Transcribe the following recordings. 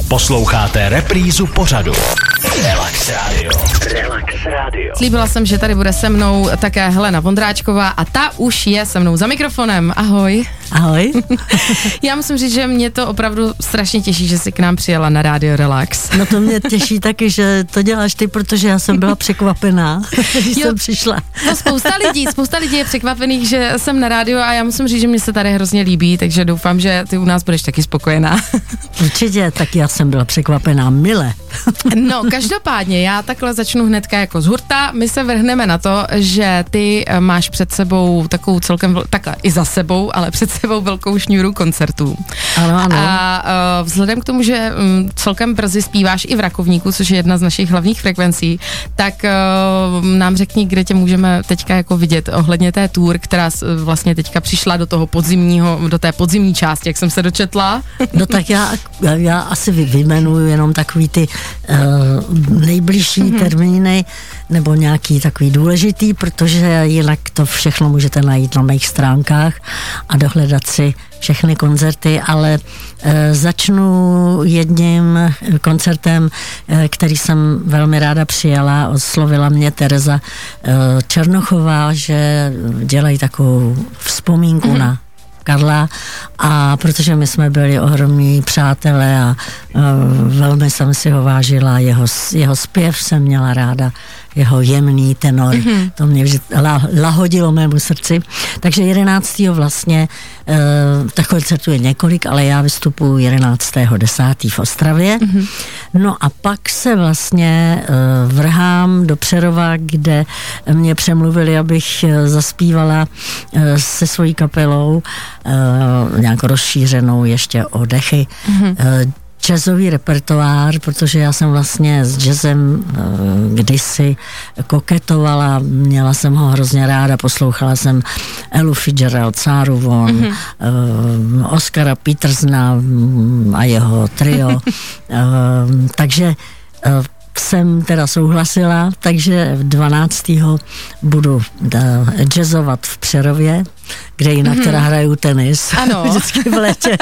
Posloucháte reprízu pořadu Relax Radio. Relax Radio. Slíbila jsem, že tady bude se mnou také Helena Vondráčková a ta už je se mnou za mikrofonem. Ahoj. Ahoj. Já musím říct, že mě to opravdu strašně těší, že jsi k nám přijela na Radio Relax. No to mě těší taky, že to děláš ty, protože já jsem byla překvapená, když jsem přišla. No spousta lidí je překvapených, že jsem na rádiu a já musím říct, že mě se tady hrozně líbí, takže doufám, že ty u nás budeš taky spokojená. Určitě, tak já jsem byla překvapená mile. No, každopádně, já takhle začnu hnedka jako z hurta. My se vrhneme na to, že ty máš před sebou takovou celkem, takhle i za sebou, ale před sebou velkou šňůru koncertů. Ano. A vzhledem k tomu, že celkem brzy zpíváš i v Rakovníku, což je jedna z našich hlavních frekvencí, tak nám řekni, kde tě můžeme teďka jako vidět ohledně té tour, která vlastně teďka přišla do té podzimní části, jak jsem se dočetla. No tak já asi vyjmenuju jenom takový ty nejbližší termíny nebo nějaký takový důležitý, protože jinak to všechno můžete najít na mých stránkách a dohledat si všechny koncerty, ale začnu jedním koncertem, který jsem velmi ráda přijala. Oslovila mě Tereza Černochová, že dělají takovou vzpomínku na Karla, a protože my jsme byli ohromní přátelé a velmi jsem si ho vážila, jeho zpěv jsem měla ráda, jeho jemný tenor, to mě vždy lahodilo mému srdci. Takže 11. vlastně, tak koncertů je několik, ale já vystupuji 11.10. v Ostravě. No a pak se vlastně vrhám do Přerova, kde mě přemluvili, abych zaspívala se svojí kapelou, nějak rozšířenou ještě o dechy, jazzový repertoár, protože já jsem vlastně s jazzem kdysi koketovala, měla jsem ho hrozně ráda, poslouchala jsem Elu Fitzgerald, Sáru Vaughan, Oscara Petersona a jeho trio, takže jsem teda souhlasila, takže 12. budu jazzovat v Přerově, kde jinak teda hraju tenis. Ano. Vždycky v létě.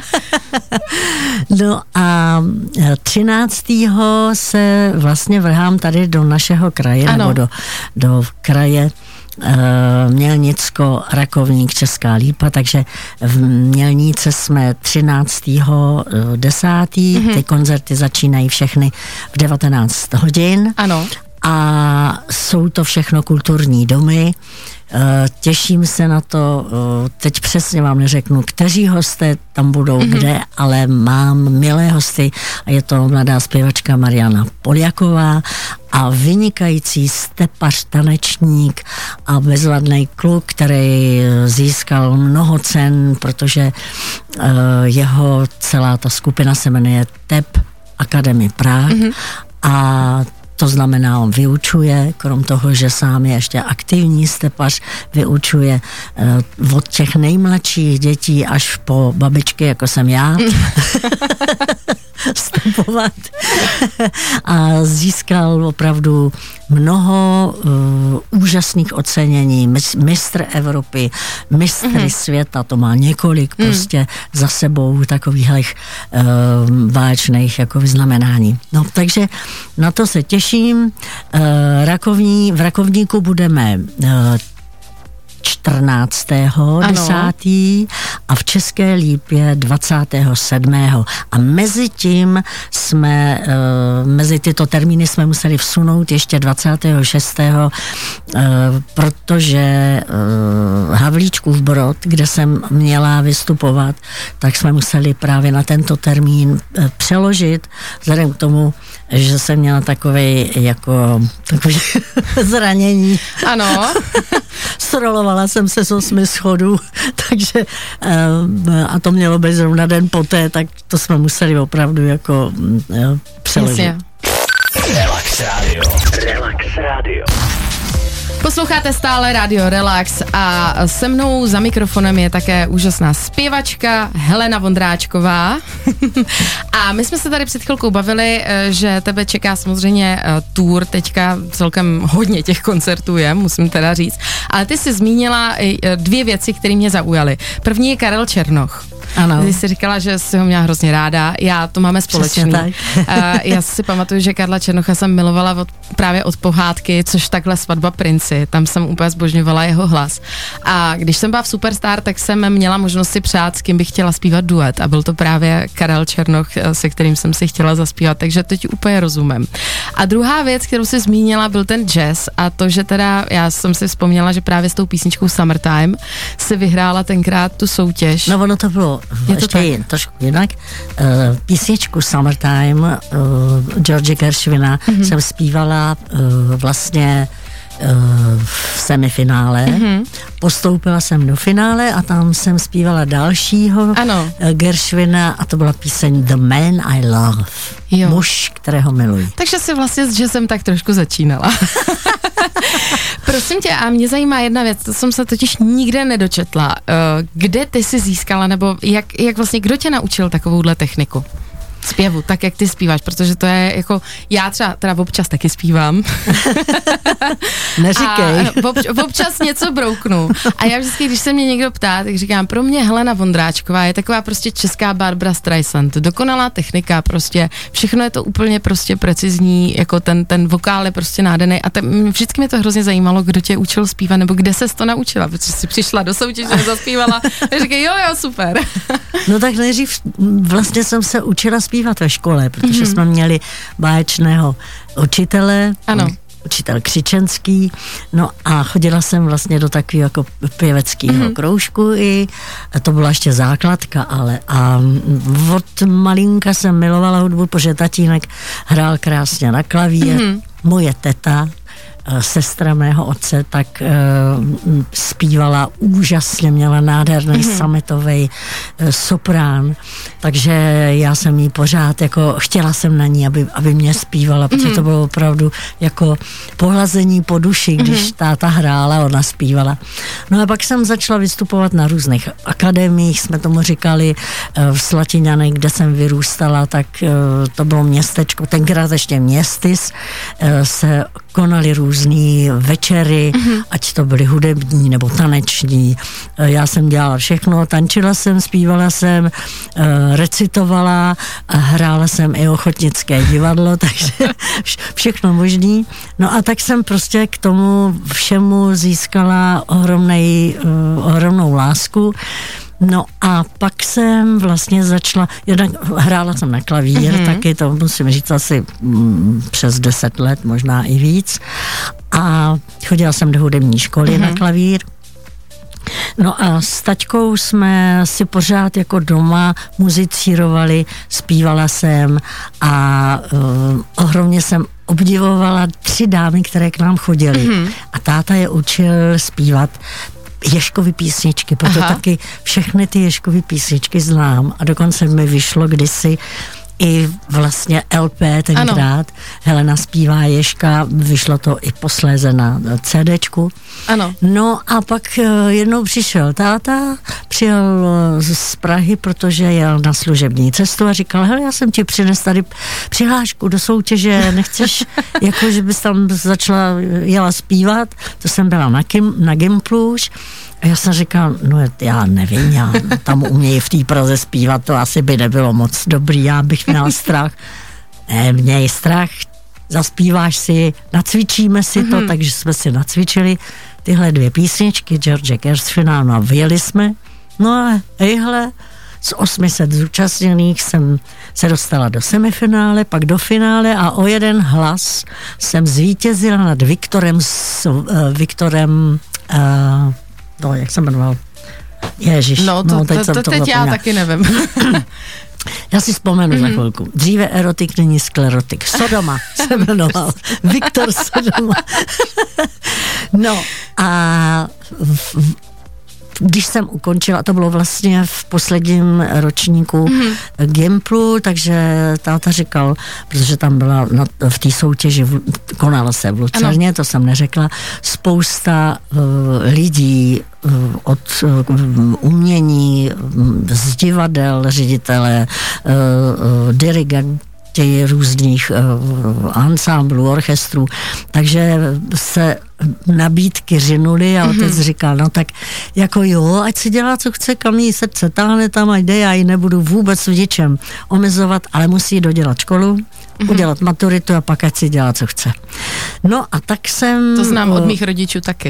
No a 13. se vlastně vrhám tady do našeho kraje, ano, nebo do kraje Mělnicko, Rakovník, Česká Lípa, takže v Mělníce jsme 13.10. Ty koncerty začínají všechny v 19 hodin. Ano. A jsou to všechno kulturní domy. Těším se na to, teď přesně vám neřeknu, kteří hosté tam budou kde, ale mám milé hosty a je to mladá zpěvačka Mariana Poljaková a vynikající stepař, tanečník a bezvadný kluk, který získal mnoho cen, protože jeho celá ta skupina se jmenuje TEP Academy Prague a to znamená, on vyučuje, krom toho, že sám je ještě aktivní stepař, vyučuje od těch nejmladších dětí až po babičky, jako jsem já, vstupovat. A získal opravdu mnoho úžasných ocenění. Mistr Evropy, mistry světa, to má několik prostě za sebou takových vážných jako vyznamenání. No, takže na to se těším. V Rakovníku budeme 14.10. a v České Lípě 27. A mezi tím mezi tyto termíny jsme museli vsunout ještě 26. Protože Havlíčkův Brod, kde jsem měla vystupovat, tak jsme museli právě na tento termín přeložit, vzhledem k tomu, že jsem měla takové zranění. Ano. Strolovala jsem se z 8 schodů, takže a to mělo být zrovna den poté, tak to jsme museli opravdu jako přeložit. Jasně. Relax Radio. Relax Radio. Posloucháte stále Radio Relax a se mnou za mikrofonem je také úžasná zpěvačka Helena Vondráčková. A my jsme se tady před chvilkou bavili, že tebe čeká samozřejmě tour, teďka celkem hodně těch koncertů je, musím teda říct. Ale ty jsi zmínila 2 věci, které mě zaujaly. První je Karel Černoch. Ano. Ty jsi říkala, že jsi ho měla hrozně ráda, já to máme společný. Já si pamatuju, že Karla Černocha jsem milovala právě od pohádky, což takhle Svatba princi, tam jsem úplně zbožňovala jeho hlas. A když jsem byla v Superstar, tak jsem měla možnost si přát, s kým bych chtěla zpívat duet a byl to právě Karel Černoch, se kterým jsem si chtěla zaspívat, takže teď úplně rozumím. A druhá věc, kterou jsi zmínila, byl ten jazz a to, že teda já jsem si vzpomněla, že právě s tou písničkou Summertime si vyhrála tenkrát tu soutěž. No ono to bylo ještě trošku jinak. Písničku Summertime George Gershwina jsem zpívala vlastně v semifinále. Postoupila jsem do finále a tam jsem zpívala dalšího Gershwina a to byla píseň The Man I Love. Jo. Muž, kterého miluji. Takže si vlastně s jazzem tak trošku začínala. Prosím tě, a mě zajímá jedna věc, to jsem se totiž nikde nedočetla. Kde ty jsi získala, nebo jak vlastně, kdo tě naučil takovouhle techniku? Zpěvu, tak jak ty zpíváš, protože to je jako, já třeba občas taky zpívám. Neříkej. A občas něco brouknu. A já vždycky, když se mě někdo ptá, tak říkám, pro mě Helena Vondráčková je taková prostě česká Barbra Streisand. Dokonalá technika, prostě všechno je to úplně prostě precizní, jako ten vokál je prostě nádherný. A vždycky mě to hrozně zajímalo, kdo tě učil zpívat, nebo kde ses to naučila, protože jsi přišla do soutěže, zaspívala. A říkám, jo, super. No tak nejdřív vlastně jsem se učila zpívat ve škole, protože jsme měli báječného učitele, učitel Křičenský, no a chodila jsem vlastně do takového jako pěveckého kroužku i to byla ještě základka, ale a od malinka jsem milovala hudbu, protože tatínek hrál krásně na klavír, moje teta, sestra mého otce, tak zpívala úžasně, měla nádherný sametový soprán, takže já jsem jí pořád, jako chtěla jsem na ní, aby mě zpívala, protože to bylo opravdu jako pohlazení po duši, když táta hrála, ona zpívala. No a pak jsem začala vystupovat na různých akademiích, jsme tomu říkali, v Slatiňanech, kde jsem vyrůstala, tak to bylo městečko, tenkrát ještě Městys, se konaly různý večery, ať to byly hudební nebo taneční. Já jsem dělala všechno, tančila jsem, zpívala jsem, recitovala, hrála jsem i ochotnické divadlo, takže všechno možný. No a tak jsem prostě k tomu všemu získala ohromnou lásku. No a pak jsem vlastně začala, jednak hrála jsem na klavír, taky to musím říct asi přes 10 let, možná i víc. A chodila jsem do hudební školy na klavír. No a s taťkou jsme si pořád jako doma muzicírovali, zpívala jsem a ohromně jsem obdivovala 3 dámy, které k nám chodily. A táta je učil zpívat Ježkovy písničky, proto taky všechny ty Ježkovy písničky znám a dokonce mi vyšlo kdysi i vlastně LP tenkrát. Helena zpívá Ježka, vyšlo to i posléze na CDčku. Ano. No a pak jednou přišel táta, přijel z Prahy, protože jel na služební cestu a říkal, hele, já jsem ti přines tady přihlášku do soutěže, nechceš, jako že bys tam jela zpívat, to jsem byla na Gimplu už. A já jsem říkal, no já nevím, já tam uměji v té Praze zpívat, to asi by nebylo moc dobrý, já bych měla strach. Ne, měj strach, zaspíváš si, nacvičíme si to, takže jsme si nacvičili tyhle 2 písničky George Gershwina, no a vyjeli jsme. No a ejhle, z 800 zúčastněných jsem se dostala do semifinále, pak do finále a o 1 hlas jsem zvítězila nad Viktorem no, jak jsem jmenoval? Ježiš. No, teď já taky nevím. Já si vzpomenu za chvilku. Dříve erotik, nyní sklerotik. Sodoma se jmenoval. Viktor Sodoma. No a když jsem ukončila, to bylo vlastně v posledním ročníku Gimplu, takže táta říkal, protože tam byla v té soutěži, konala se v Lucerně, to jsem neřekla, spousta lidí od umění, z divadel, ředitele, dirigent, součástí různých ansámblů, orchestrů, takže se nabídky řinuly a otec říkal, no tak jako jo, ať si dělá, co chce, kam jí srdce táhne, tam a jde, já ji nebudu vůbec v ničem omezovat, ale musí dodělat školu, udělat maturitu a pak ať si dělá, co chce. No a tak jsem... To znám od mých rodičů taky.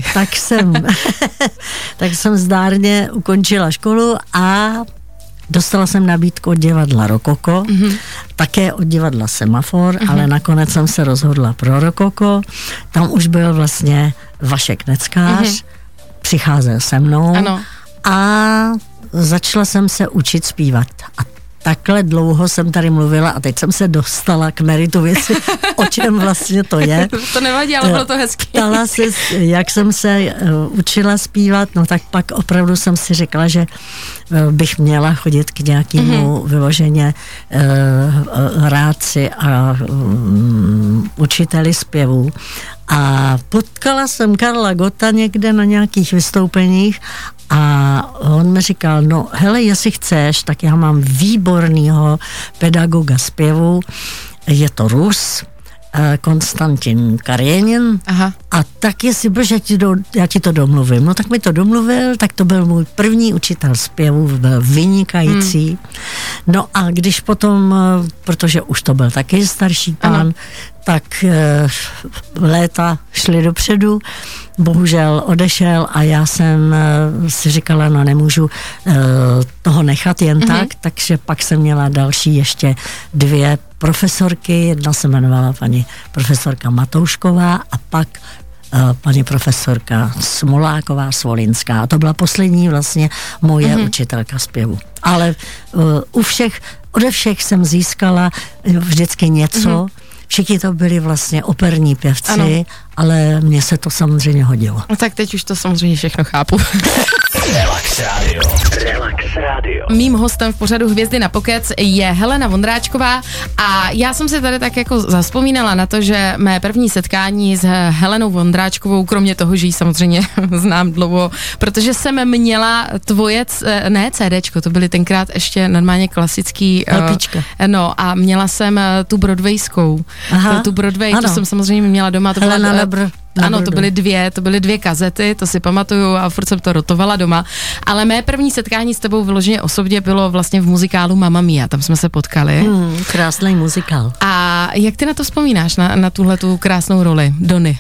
Tak jsem zdárně ukončila školu a dostala jsem nabídku od divadla Rokoko, také od divadla Semafor, ale nakonec jsem se rozhodla pro Rokoko. Tam už byl vlastně Vašek Neckář, přicházel se mnou a začala jsem se učit zpívat. A takhle dlouho jsem tady mluvila a teď jsem se dostala k meritu věci, o čem vlastně to je. To nevadí, ale bylo to hezky. Ptala se, jak jsem se učila zpívat, no tak pak opravdu jsem si řekla, že bych měla chodit k nějakému vyloženě rádci a učiteli zpěvu. A potkala jsem Karla Gotta někde na nějakých vystoupeních a on mi říkal, no hele, jestli chceš, tak já mám výbornýho pedagoga zpěvu, je to Rus, Konstantin Karenin. A tak jestli byl, že já ti to domluvím. No tak mi to domluvil, tak to byl můj první učitel zpěvu, byl vynikající. No a když potom, protože už to byl taky starší pán, tak léta šly dopředu, bohužel odešel a já jsem si říkala, no nemůžu toho nechat jen tak, takže pak jsem měla další ještě 2 profesorky, jedna se jmenovala paní profesorka Matoušková a pak paní profesorka Smoláková Svolinská. A to byla poslední vlastně moje učitelka zpěvu. Ale ode všech jsem získala vždycky něco. Všichni to byli vlastně operní pěvci, ale mně se to samozřejmě hodilo. No tak teď už to samozřejmě všechno chápu. Relax Radio. Relax Radio. Mým hostem v pořadu Hvězdy na pokec je Helena Vondráčková a já jsem si tady tak jako zavzpomínala na to, že mé první setkání s Helenou Vondráčkovou, kromě toho, že ji samozřejmě znám dlouho, protože jsem měla tvoje, CDčko, to byly tenkrát ještě normálně klasický. No a měla jsem tu broadwayskou. Tu Broadway, to jsem samozřejmě měla doma. To ano, to byly 2 kazety, to si pamatuju a furt jsem to rotovala doma. Ale mé první setkání s tebou vyloženě osobně bylo vlastně v muzikálu Mamma Mia, tam jsme se potkali. Krásný muzikál. A jak ty na to vzpomínáš, na tuhletu krásnou roli Dony?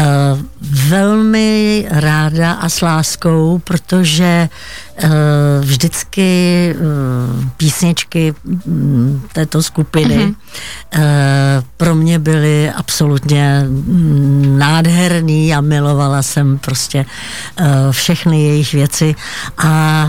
Velmi ráda a s láskou, protože vždycky písničky této skupiny pro mě byly absolutně nádherný a milovala jsem prostě všechny jejich věci a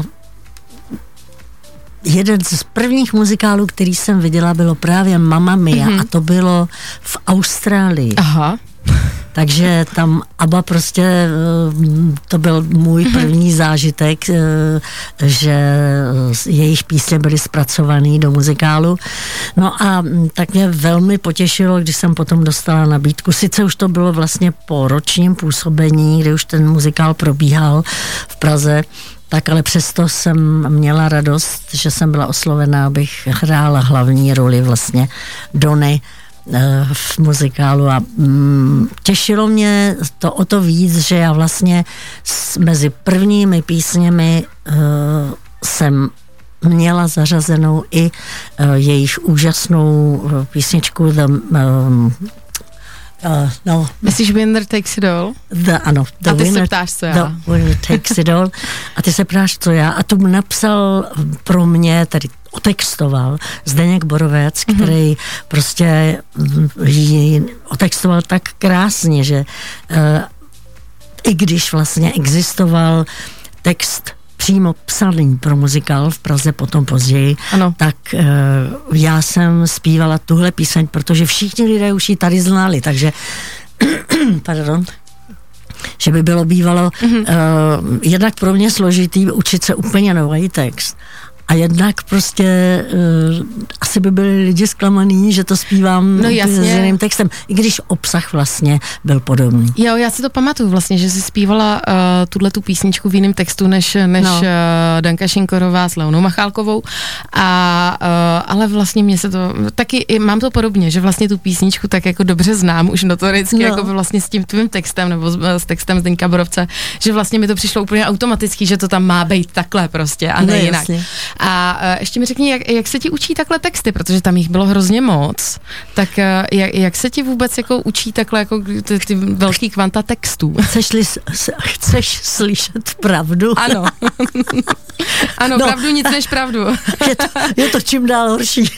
jeden z prvních muzikálů, který jsem viděla, bylo právě Mamma Mia a to bylo v Austrálii. Takže tam ABBA prostě, to byl můj první zážitek, že jejich písně byly zpracované do muzikálu. No a tak mě velmi potěšilo, když jsem potom dostala nabídku. Sice už to bylo vlastně po ročním působení, kdy už ten muzikál probíhal v Praze, tak ale přesto jsem měla radost, že jsem byla oslovena, abych hrála hlavní roli vlastně Dony v muzikálu a těšilo mě to o to víc, že já vlastně mezi prvními písněmi jsem měla zařazenou i jejich úžasnou písničku Myslíš Winner Takes It All? A ty se ptáš, co já. The Winner Takes It All. A ty se ptáš, co já. A tu napsal pro mě, tedy otextoval Zdeněk Borovec, který prostě ji otextoval tak krásně, že i když vlastně existoval text přímo psaný pro muzikál v Praze potom později, tak já jsem zpívala tuhle píseň, protože všichni lidé už ji tady znali, takže pardon, že by bylo bývalo jednak pro mě složitý učit se úplně nový text A jednak prostě asi by byli lidi zklamaný, že to zpívám s jiným textem, i když obsah vlastně byl podobný. Jo, já si to pamatuju vlastně, že jsi zpívala tu písničku v jiném textu než Danka Šinkorová s Leonou Machálkovou, ale vlastně mě se to, taky mám to podobně, že vlastně tu písničku tak jako dobře znám už notoricky, jako vlastně s tím tvým textem nebo s textem Zdeňka Borovce, že vlastně mi to přišlo úplně automaticky, že to tam má být takhle prostě a ne jinak. Jasně. A ještě mi řekni, jak se ti učí takhle texty, protože tam jich bylo hrozně moc, tak jak se ti vůbec jako učí takhle jako ty velký kvanta textů? Chceš slyšet pravdu? Ano. Ano, pravdu nic než pravdu. Je to čím dál horší.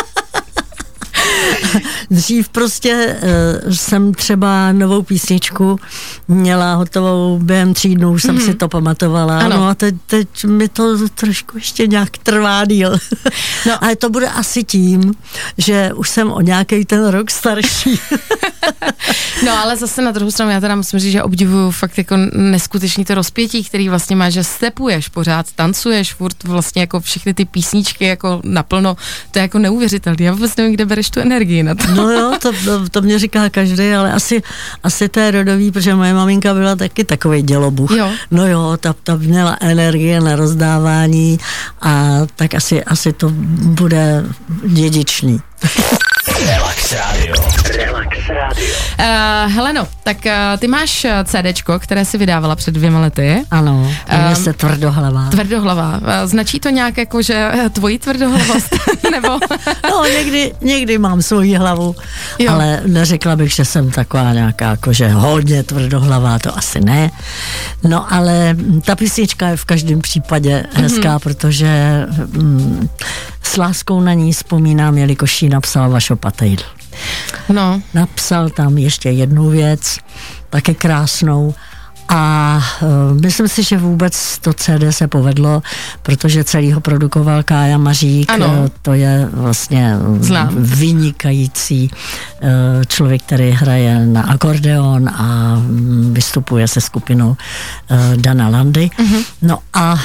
Dřív prostě jsem třeba novou písničku měla hotovou během 3 dnů, jsem si to pamatovala. Ano. No a teď mi to trošku ještě nějak trvá díl. No. Ale to bude asi tím, že už jsem o nějaký ten rok starší. No ale zase na druhou stranu já teda musím říct, že obdivuju fakt jako neskutečný to rozpětí, který vlastně má, že stepuješ pořád, tancuješ furt vlastně jako všechny ty písničky jako naplno, to je jako neuvěřitelný. Já vůbec nevím, kde bereš tu energii na to. No jo, to mě říká každý, ale asi to je rodový, protože moje maminka byla taky takovej dělobuch. Jo. No jo, ta měla energie na rozdávání a tak asi to bude dědičný. Relax Radio. Relax Radio. Heleno, tak ty máš CDčko, které si vydávala před 2 lety. Ano, jmenuje se Tvrdohlava. Tvrdohlava. Značí to nějak jako, že tvoji tvrdohlavost? Nebo? No, někdy mám svoji hlavu, jo. Ale neřekla bych, že jsem taková nějaká, jakože hodně tvrdohlavá, to asi ne. No, ale ta písnička je v každém případě hezká, protože s láskou na ní vzpomínám, jelikož ji napsal Vašo Patejdl. No. Napsal tam ještě jednu věc, také krásnou, a myslím si, že vůbec to CD se povedlo, protože celý ho produkoval Kája Mařík. Ano. To je vlastně vynikající člověk, který hraje na akordeon a vystupuje se skupinou Dana Landy. No a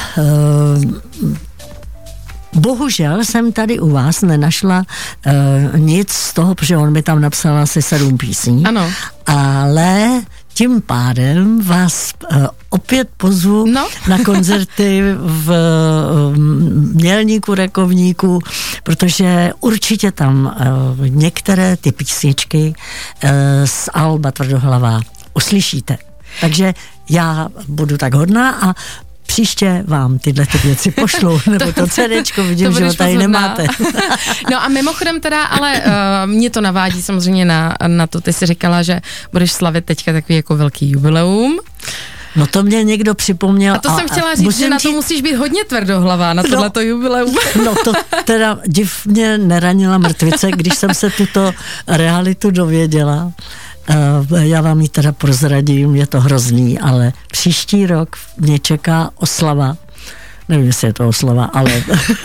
bohužel jsem tady u vás nenašla nic z toho, protože on mi tam napsal asi 7 písní. Ano. Ale tím pádem vás opět pozvu na koncerty v Mělníku, Rakovníku, protože určitě tam některé ty písničky z alba Tvrdohlava uslyšíte. Takže já budu tak hodná a příště vám tyhle ty věci pošlu, nebo to CDčko, vidím, že ho tady nemáte. No a mimochodem teda, ale mě to navádí samozřejmě na to, ty jsi říkala, že budeš slavit teďka takový jako velký jubileum. No to mě někdo připomněl. A to jsem chtěla říct, že na to musíš být hodně tvrdohlavá, na tohleto jubileum. No to teda div mě neranila mrtvice, když jsem se tuto realitu dověděla. Já vám ji teda prozradím, je to hrozný, ale příští rok mě čeká oslava. Nevím, jestli je to oslava, ale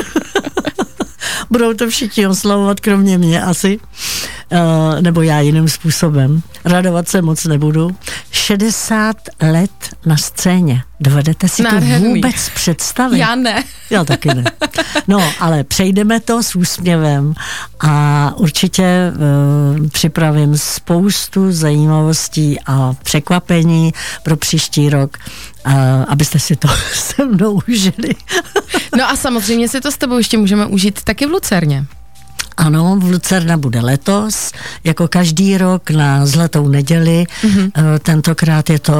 budou to všichni oslavovat, kromě mě asi. Nebo já jiným způsobem. Radovat se moc nebudu. 60 let na scéně. Dovedete si to vůbec představit? Já ne. Já taky ne. No, ale přejdeme to s úsměvem a určitě připravím spoustu zajímavostí a překvapení pro příští rok, abyste si to se mnou užili. No a samozřejmě si to s tebou ještě můžeme užít taky v Lucerně. Ano, v Lucerna bude letos, jako každý rok na Zlatou neděli. Tentokrát je to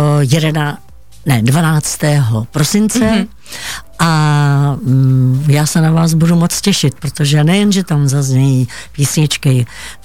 12. prosince. A já se na vás budu moc těšit, protože nejen, že tam zaznějí písničky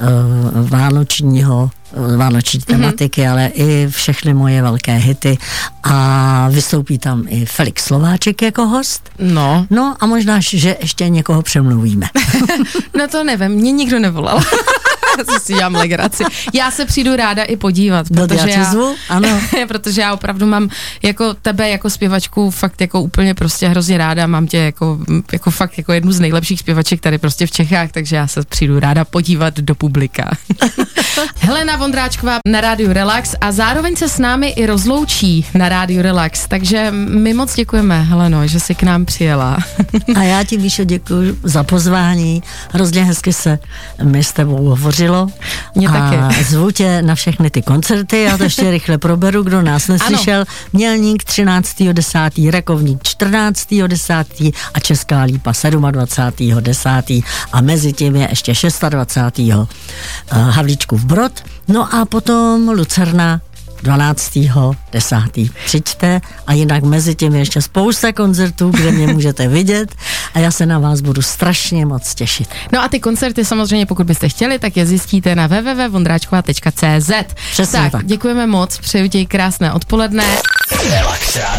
vánoční tematiky, ale i všechny moje velké hity a vystoupí tam i Felix Slováček jako host. No a možná, že ještě někoho přemluvíme. No to nevím, mě nikdo nevolal. Já si dělám legraci. Já se přijdu ráda i podívat, protože já opravdu mám jako tebe jako zpěvačku fakt jako úplně prostě hrozně ráda, mám tě jako fakt jako jednu z nejlepších zpěvaček tady prostě v Čechách, takže já se přijdu ráda podívat do publika. Helena Vondráčková na Rádiu Relax a zároveň se s námi i rozloučí na Rádiu Relax, takže my moc děkujeme, Heleno, že jsi k nám přijela. A já ti, Míšo, děkuji za pozvání, hrozně hezky se mi s tebou hovořilo. Mě taky. Zvu tě na všechny ty koncerty, já to ještě rychle proberu, kdo nás neslyšel. Ano. Mělník 13.10., Rakovník 14.10. a Česká Lípa 27.10. a mezi tím je ještě 26. Havlíčkův Brod, no a potom Lucerna 12.10. Přijďte a jinak mezi tím je ještě spousta koncertů, kde mě můžete vidět a já se na vás budu strašně moc těšit. No a ty koncerty samozřejmě, pokud byste chtěli, tak je zjistíte na www.vondráčková.cz. Přesně tak. Děkujeme moc, přeju ti krásné odpoledne. Relax